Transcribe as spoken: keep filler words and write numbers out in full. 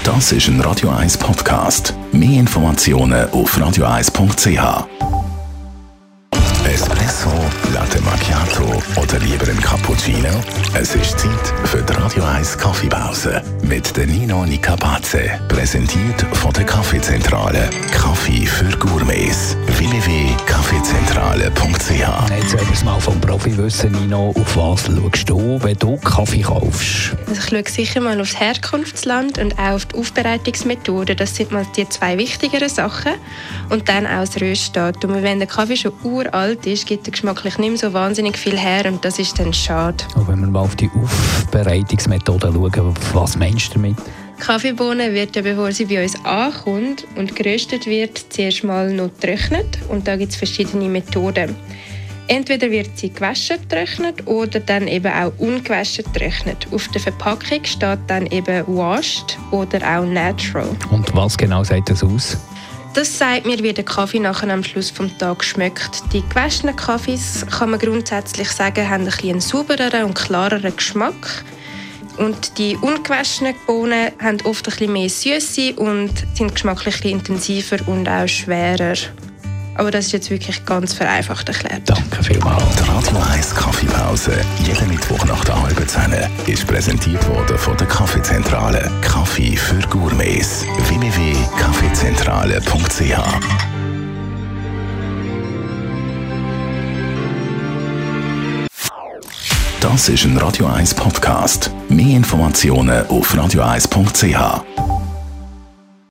Das ist ein Radio eins Podcast. Mehr Informationen auf radio eins punkt c h. Espresso, Latte Macchiato oder lieber ein Cappuccino? Es ist Zeit für die Radio eins Kaffeepause mit der Nino Nicapace. Präsentiert von der Kaffeezentrale. Kaffee für Gourmets. w w w punkt kaffeezentrale punkt c h. Jetzt wollen wir es mal vom Profi wissen, Nino. Auf was schaust du, wenn du Kaffee kaufst? Also ich schaue sicher mal aufs Herkunftsland und auch auf die Aufbereitungsmethode. Das sind mal die zwei wichtigeren Sachen. Und dann auch das Röstdatum. Wenn der Kaffee schon uralt ist, gibt er geschmacklich nicht mehr so wahnsinnig viel her und das ist dann schade. Und wenn wir mal auf die Aufbereitungsmethode schauen, was meinst du damit? Die Kaffeebohne wird ja, bevor sie bei uns ankommt und geröstet wird, zuerst mal noch getrocknet. Und da gibt es verschiedene Methoden. Entweder wird sie gewaschen getrocknet oder dann eben auch ungewaschen getrocknet. Auf der Verpackung steht dann eben washed oder auch natural. Und was genau sagt das aus? Das sagt mir, wie der Kaffee nachher am Schluss des Tages schmeckt. Die gewaschenen Kaffees, kann man grundsätzlich sagen, haben ein bisschen einen saubereren und klareren Geschmack. Und die ungewaschenen Bohnen haben oft ein bisschen mehr Süße und sind geschmacklich intensiver und auch schwerer. Aber das ist jetzt wirklich ganz vereinfacht erklärt. Danke vielmals. Die Radio eins Kaffeepause, jeden Mittwoch nach der halben Zehn, ist präsentiert worden von der Kaffeezentrale. Kaffee für Gourmets. w w w punkt kaffeezentrale punkt c h. Das ist ein Radio eins Podcast. Mehr Informationen auf radio eins punkt c h.